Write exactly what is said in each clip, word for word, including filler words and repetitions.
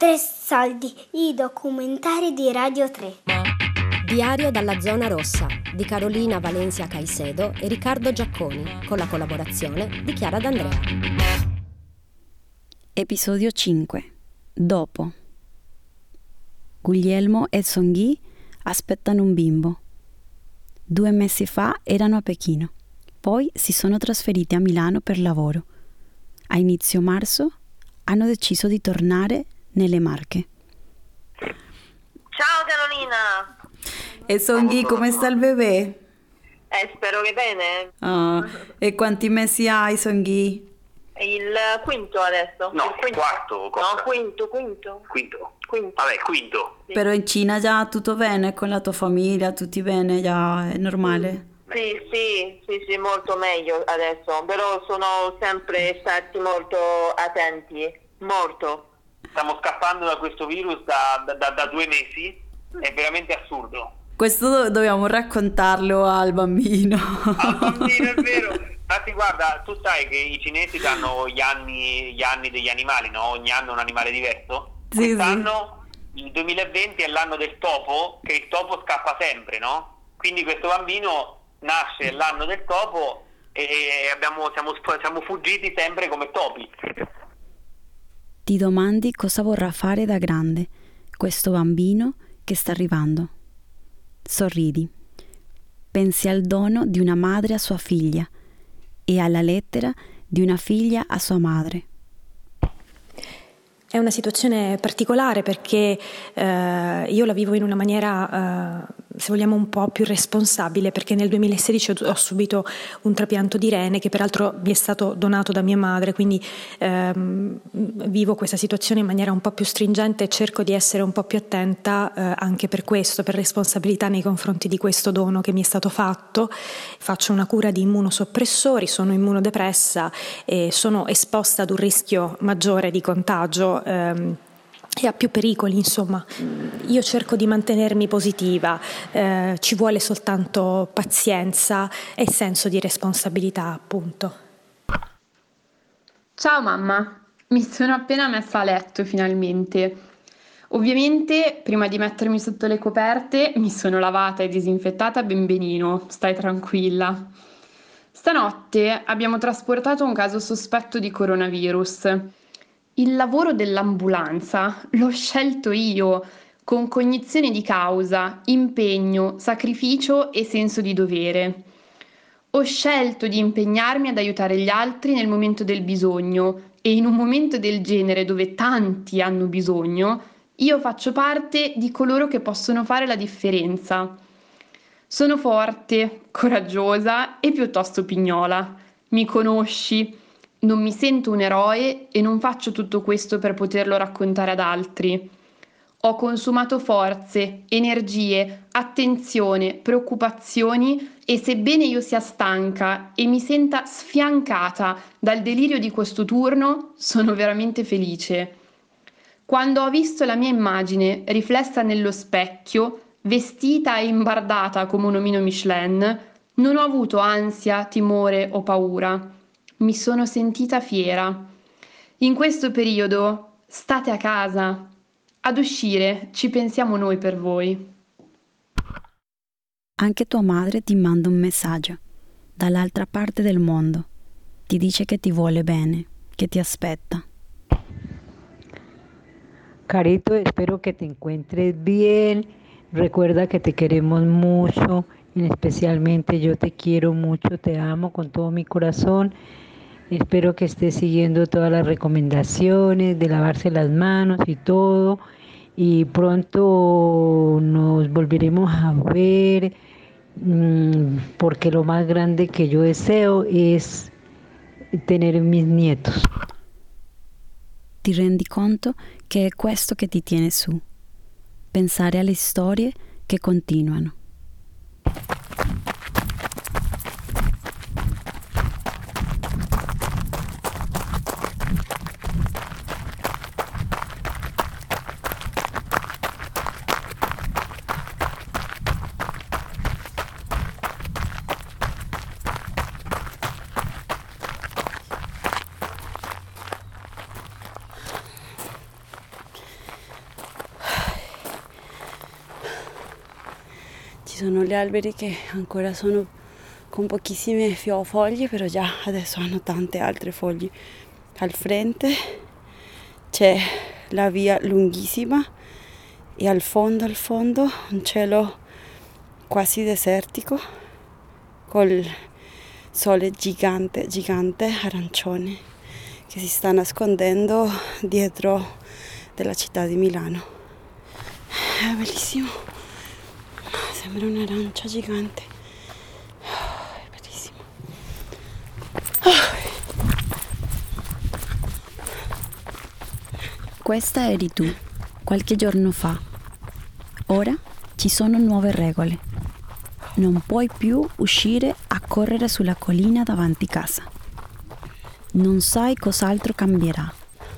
Tre soldi, i documentari di Radio tre. Diario dalla zona rossa di Carolina Valencia Caicedo e Riccardo Giacconi, con la collaborazione di Chiara D'Andrea. Episodio cinque. Dopo. Guglielmo e Songhi aspettano un bimbo. Due mesi fa erano a Pechino, poi si sono trasferiti a Milano per lavoro. A inizio marzo hanno deciso di tornare nelle Marche. Ciao Carolina! E Songhi, come sta il bebè? Eh, spero che bene. Oh, e quanti mesi hai, Songhi? Il quinto adesso. No, il quinto. quarto. Costa. No, quinto, quinto. Quinto. Quinto. Vabbè, quinto. Sì. Però in Cina già tutto bene con la tua famiglia, tutti bene, già è normale? Sì, sì, sì, sì, molto meglio adesso, però sono sempre stati molto attenti, molto. Stiamo scappando da questo virus da, da, da due mesi, è veramente assurdo. Questo do- dobbiamo raccontarlo al bambino. Al bambino, è vero. Infatti guarda, tu sai che i cinesi danno gli anni, gli anni degli animali, no? Ogni anno un animale diverso. Sì, Quest'anno, sì. Il duemilaventi è l'anno del topo, che il topo scappa sempre, no? Quindi questo bambino nasce l'anno del topo e abbiamo, siamo, siamo fuggiti sempre come topi. Ti domandi cosa vorrà fare da grande questo bambino che sta arrivando. Sorridi. Pensi al dono di una madre a sua figlia e alla lettera di una figlia a sua madre. È una situazione particolare perché eh, io la vivo in una maniera, eh, se vogliamo, un po' più responsabile, perché nel duemilasedici ho, ho subito un trapianto di rene che peraltro mi è stato donato da mia madre, quindi ehm, vivo questa situazione in maniera un po' più stringente e cerco di essere un po' più attenta eh, anche per questo, per responsabilità nei confronti di questo dono che mi è stato fatto. Faccio una cura di immunosoppressori, sono immunodepressa e sono esposta ad un rischio maggiore di contagio Ehm, e ha più pericoli, insomma. Io cerco di mantenermi positiva, eh, ci vuole soltanto pazienza e senso di responsabilità, appunto. Ciao mamma, mi sono appena messa a letto finalmente. Ovviamente prima di mettermi sotto le coperte mi sono lavata e disinfettata ben benino, stai tranquilla. Stanotte abbiamo trasportato un caso sospetto di coronavirus. Il lavoro dell'ambulanza l'ho scelto io, con cognizione di causa, impegno, sacrificio e senso di dovere. Ho scelto di impegnarmi ad aiutare gli altri nel momento del bisogno e in un momento del genere dove tanti hanno bisogno, io faccio parte di coloro che possono fare la differenza. Sono forte, coraggiosa e piuttosto pignola. Mi conosci. Non mi sento un eroe e non faccio tutto questo per poterlo raccontare ad altri. Ho consumato forze, energie, attenzione, preoccupazioni e sebbene io sia stanca e mi senta sfiancata dal delirio di questo turno, sono veramente felice. Quando ho visto la mia immagine riflessa nello specchio, vestita e imbardata come un omino Michelin, non ho avuto ansia, timore o paura. Mi sono sentita fiera. In questo periodo state a casa. Ad uscire ci pensiamo noi per voi. Anche tua madre ti manda un messaggio dall'altra parte del mondo. Ti dice che ti vuole bene, che ti aspetta. Carito, espero que te encuentres bien. Recuerda que te queremos mucho, y especialmente yo te quiero mucho, te amo con todo mi corazón. Espero que estés siguiendo todas las recomendaciones de lavarse las manos y todo. Y pronto nos volveremos a ver, porque lo más grande que yo deseo es tener mis nietos. Ti rendi conto che è questo che ti tiene su. Pensare alle storie che continuano. sono gli alberi che ancora sono con pochissime fio- foglie, però già adesso hanno tante altre foglie. Al frente c'è la via lunghissima e al fondo, al fondo, un cielo quasi desertico col sole gigante, gigante, arancione, che si sta nascondendo dietro della città di Milano. È bellissimo, sembra un'arancia gigante. È bellissimo. Questa eri tu, qualche giorno fa. Ora ci sono nuove regole. Non puoi più uscire a correre sulla collina davanti casa. Non sai cos'altro cambierà.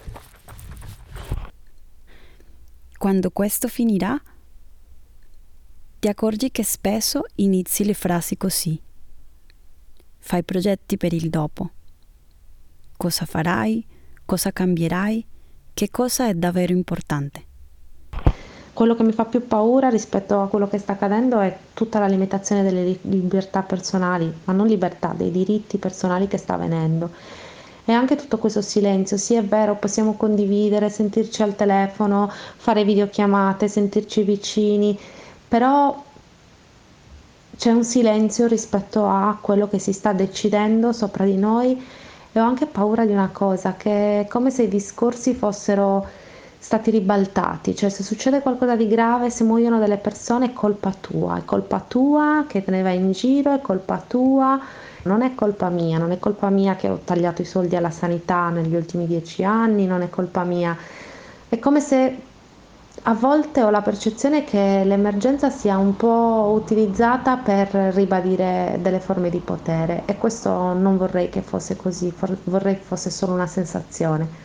Quando questo finirà, ti accorgi che spesso inizi le frasi così. Fai progetti per il dopo. Cosa farai? Cosa cambierai? Che cosa è davvero importante? Quello che mi fa più paura rispetto a quello che sta accadendo è tutta la limitazione delle libertà personali, ma non libertà, dei diritti personali che sta avvenendo. E anche tutto questo silenzio. Sì, è vero, possiamo condividere, sentirci al telefono, fare videochiamate, sentirci vicini, però c'è un silenzio rispetto a quello che si sta decidendo sopra di noi. E ho anche paura di una cosa, che è come se i discorsi fossero stati ribaltati, cioè se succede qualcosa di grave, se muoiono delle persone è colpa tua, è colpa tua che te ne vai in giro, è colpa tua, non è colpa mia, non è colpa mia che ho tagliato i soldi alla sanità negli ultimi dieci anni, non è colpa mia. È come se a volte ho la percezione che l'emergenza sia un po' utilizzata per ribadire delle forme di potere, e questo non vorrei che fosse così, vorrei che fosse solo una sensazione.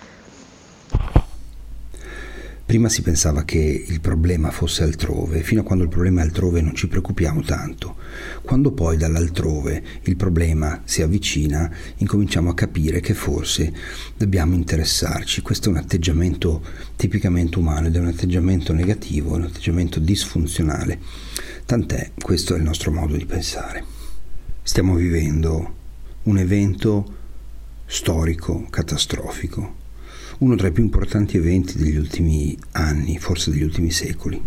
Prima si pensava che il problema fosse altrove, fino a quando il problema è altrove non ci preoccupiamo tanto. Quando poi dall'altrove il problema si avvicina, incominciamo a capire che forse dobbiamo interessarci. Questo è un atteggiamento tipicamente umano ed è un atteggiamento negativo, un atteggiamento disfunzionale. Tant'è, questo è il nostro modo di pensare. Stiamo vivendo un evento storico, catastrofico. Uno tra i più importanti eventi degli ultimi anni, forse degli ultimi secoli.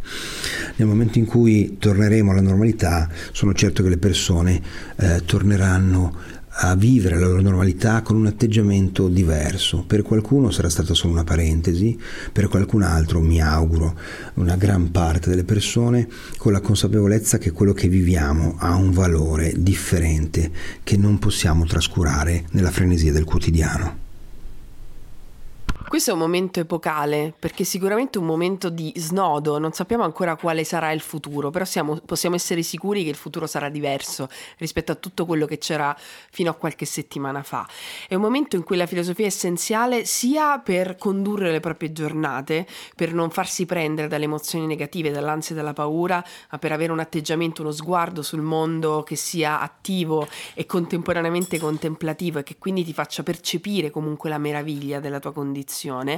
Nel momento in cui torneremo alla normalità, sono certo che le persone eh, torneranno a vivere la loro normalità con un atteggiamento diverso. Per qualcuno sarà stata solo una parentesi, per qualcun altro, mi auguro, una gran parte delle persone con la consapevolezza che quello che viviamo ha un valore differente che non possiamo trascurare nella frenesia del quotidiano. Questo è un momento epocale, perché sicuramente è un momento di snodo, non sappiamo ancora quale sarà il futuro, però siamo, possiamo essere sicuri che il futuro sarà diverso rispetto a tutto quello che c'era fino a qualche settimana fa. È un momento in cui la filosofia è essenziale sia per condurre le proprie giornate, per non farsi prendere dalle emozioni negative, dall'ansia e dalla paura, ma per avere un atteggiamento, uno sguardo sul mondo che sia attivo e contemporaneamente contemplativo e che quindi ti faccia percepire comunque la meraviglia della tua condizione.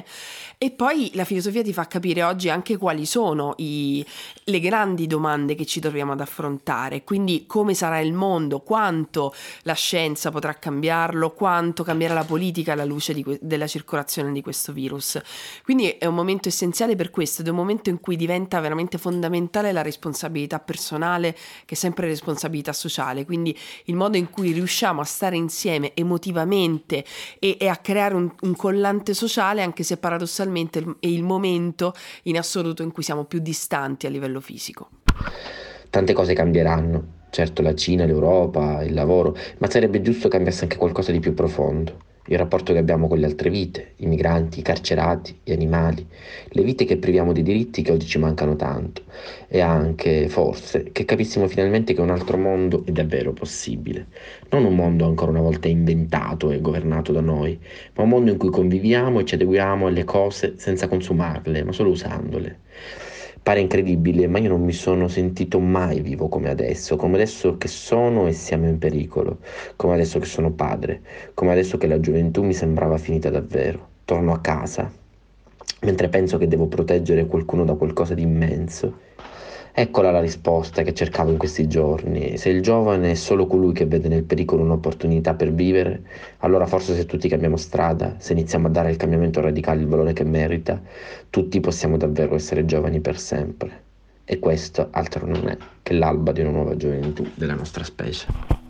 E poi la filosofia ti fa capire oggi anche quali sono i, le grandi domande che ci troviamo ad affrontare, quindi come sarà il mondo, quanto la scienza potrà cambiarlo, quanto cambierà la politica alla luce di, della circolazione di questo virus. Quindi è un momento essenziale per questo, ed è un momento in cui diventa veramente fondamentale la responsabilità personale, che è sempre responsabilità sociale, quindi il modo in cui riusciamo a stare insieme emotivamente e, e a creare un, un collante sociale, anche se paradossalmente è il momento in assoluto in cui siamo più distanti a livello fisico. Tante cose cambieranno, certo la Cina, l'Europa, il lavoro, ma sarebbe giusto cambiasse anche qualcosa di più profondo. Il rapporto che abbiamo con le altre vite, i migranti, i carcerati, gli animali, le vite che priviamo di diritti che oggi ci mancano tanto, e anche, forse, che capissimo finalmente che un altro mondo è davvero possibile. Non un mondo ancora una volta inventato e governato da noi, ma un mondo in cui conviviamo e ci adeguiamo alle cose senza consumarle, ma solo usandole. Pare incredibile, ma io non mi sono sentito mai vivo come adesso, come adesso che sono e siamo in pericolo, come adesso che sono padre, come adesso che la gioventù mi sembrava finita davvero. Torno a casa, mentre penso che devo proteggere qualcuno da qualcosa di immenso, Eccola la risposta che cercavo in questi giorni. Se il giovane è solo colui che vede nel pericolo un'opportunità per vivere, allora forse se tutti cambiamo strada, se iniziamo a dare al cambiamento radicale il valore che merita, tutti possiamo davvero essere giovani per sempre. E questo altro non è che l'alba di una nuova gioventù della nostra specie.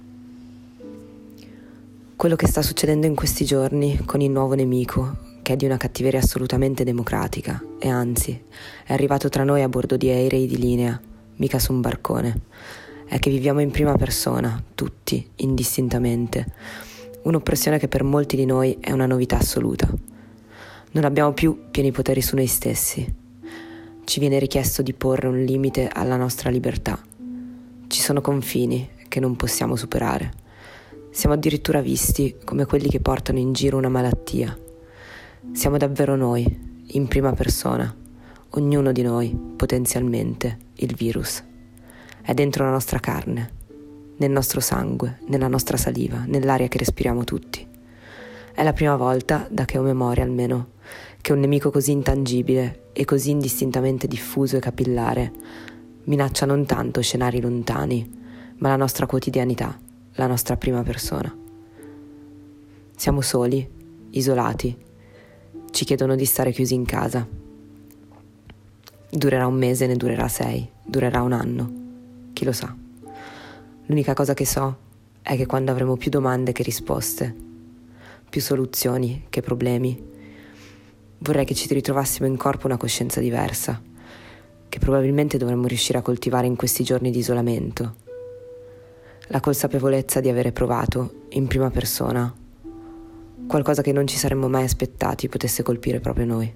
Quello che sta succedendo in questi giorni con il nuovo nemico, che è di una cattiveria assolutamente democratica, e anzi è arrivato tra noi a bordo di aerei di linea, mica su un barcone, è che viviamo in prima persona, tutti, indistintamente, un'oppressione che per molti di noi è una novità assoluta. Non abbiamo più pieni poteri su noi stessi. Ci viene richiesto di porre un limite alla nostra libertà. Ci sono confini che non possiamo superare. Siamo addirittura visti come quelli che portano in giro una malattia. Siamo davvero noi, in prima persona, ognuno di noi, potenzialmente, il virus. È dentro la nostra carne, nel nostro sangue, nella nostra saliva, nell'aria che respiriamo tutti. È la prima volta, da che ho memoria almeno, che un nemico così intangibile e così indistintamente diffuso e capillare minaccia non tanto scenari lontani, ma la nostra quotidianità, la nostra prima persona. Siamo soli, isolati, ci chiedono di stare chiusi in casa. Durerà un mese, ne durerà sei, durerà un anno, chi lo sa. L'unica cosa che so è che quando avremo più domande che risposte, più soluzioni che problemi, vorrei che ci ritrovassimo in corpo una coscienza diversa, che probabilmente dovremmo riuscire a coltivare in questi giorni di isolamento. La consapevolezza di avere provato, in prima persona, qualcosa che non ci saremmo mai aspettati potesse colpire proprio noi.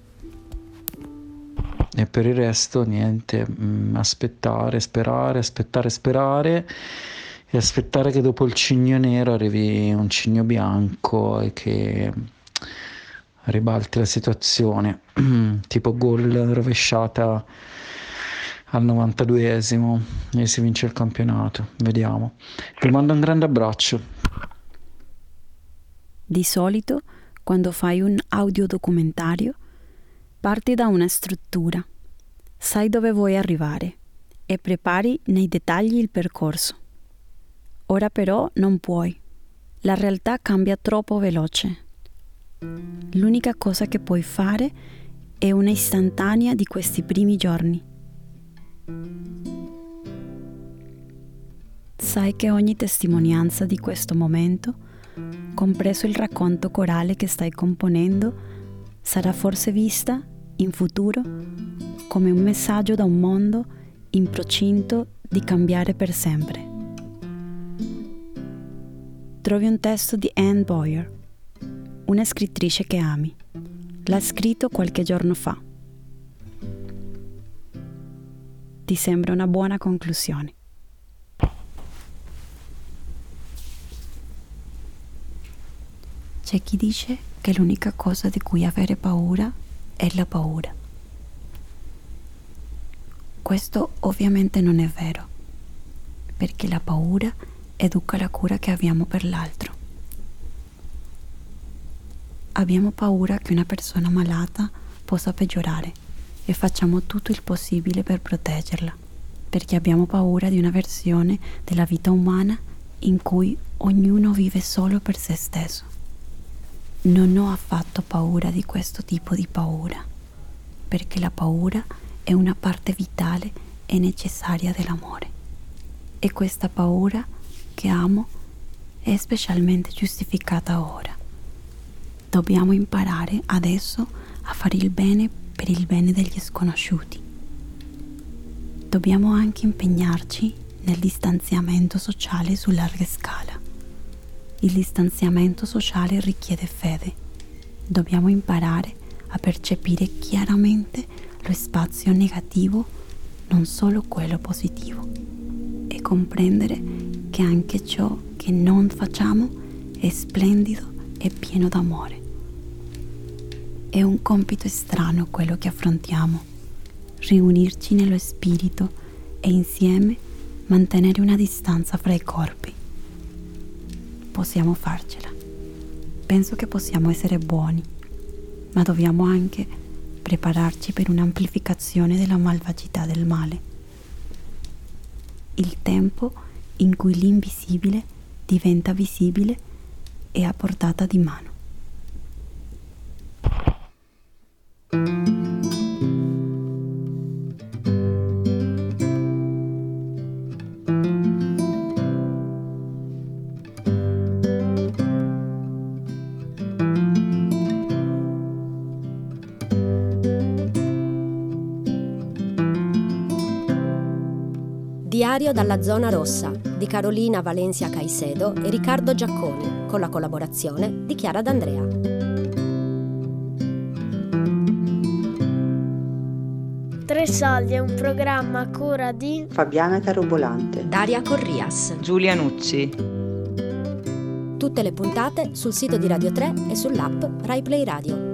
E per il resto niente, mm, aspettare, sperare, aspettare, sperare e aspettare che dopo il cigno nero arrivi un cigno bianco e che ribalti la situazione, tipo gol rovesciata al novantaduesimo e si vince il campionato. Vediamo. Vi mando un grande abbraccio. Di solito, quando fai un audiodocumentario, parti da una struttura, sai dove vuoi arrivare e prepari nei dettagli il percorso. Ora però non puoi. La realtà cambia troppo veloce. L'unica cosa che puoi fare è una istantanea di questi primi giorni. Sai che ogni testimonianza di questo momento, compreso il racconto corale che stai componendo, sarà forse vista in futuro come un messaggio da un mondo in procinto di cambiare per sempre. Trovi un testo di Anne Boyer, una scrittrice che ami. L'ha scritto qualche giorno fa. Ti sembra una buona conclusione? C'è chi dice che l'unica cosa di cui avere paura è la paura. Questo ovviamente non è vero, perché la paura educa la cura che abbiamo per l'altro. Abbiamo paura che una persona malata possa peggiorare e facciamo tutto il possibile per proteggerla, perché abbiamo paura di una versione della vita umana in cui ognuno vive solo per se stesso. Non ho affatto paura di questo tipo di paura, perché la paura è una parte vitale e necessaria dell'amore. E questa paura che amo è specialmente giustificata ora. Dobbiamo imparare adesso a fare il bene per il bene degli sconosciuti. Dobbiamo anche impegnarci nel distanziamento sociale su larga scala. Il distanziamento sociale richiede fede. Dobbiamo imparare a percepire chiaramente lo spazio negativo, non solo quello positivo, e comprendere che anche ciò che non facciamo è splendido e pieno d'amore. È un compito strano quello che affrontiamo, riunirci nello spirito e insieme mantenere una distanza fra i corpi. Possiamo farcela. Penso che possiamo essere buoni, ma dobbiamo anche prepararci per un'amplificazione della malvagità del male. il tempo in cui l'invisibile diventa visibile e a portata di mano. Diario dalla zona rossa di Carolina Valencia Caicedo e Riccardo Giacconi, con la collaborazione di Chiara D'Andrea. Tre Soldi è un programma a cura di Fabiana Carobolante, Daria Corrias, Giulia Nucci. Tutte le puntate sul sito di Radio tre e sull'app Rai Play Radio.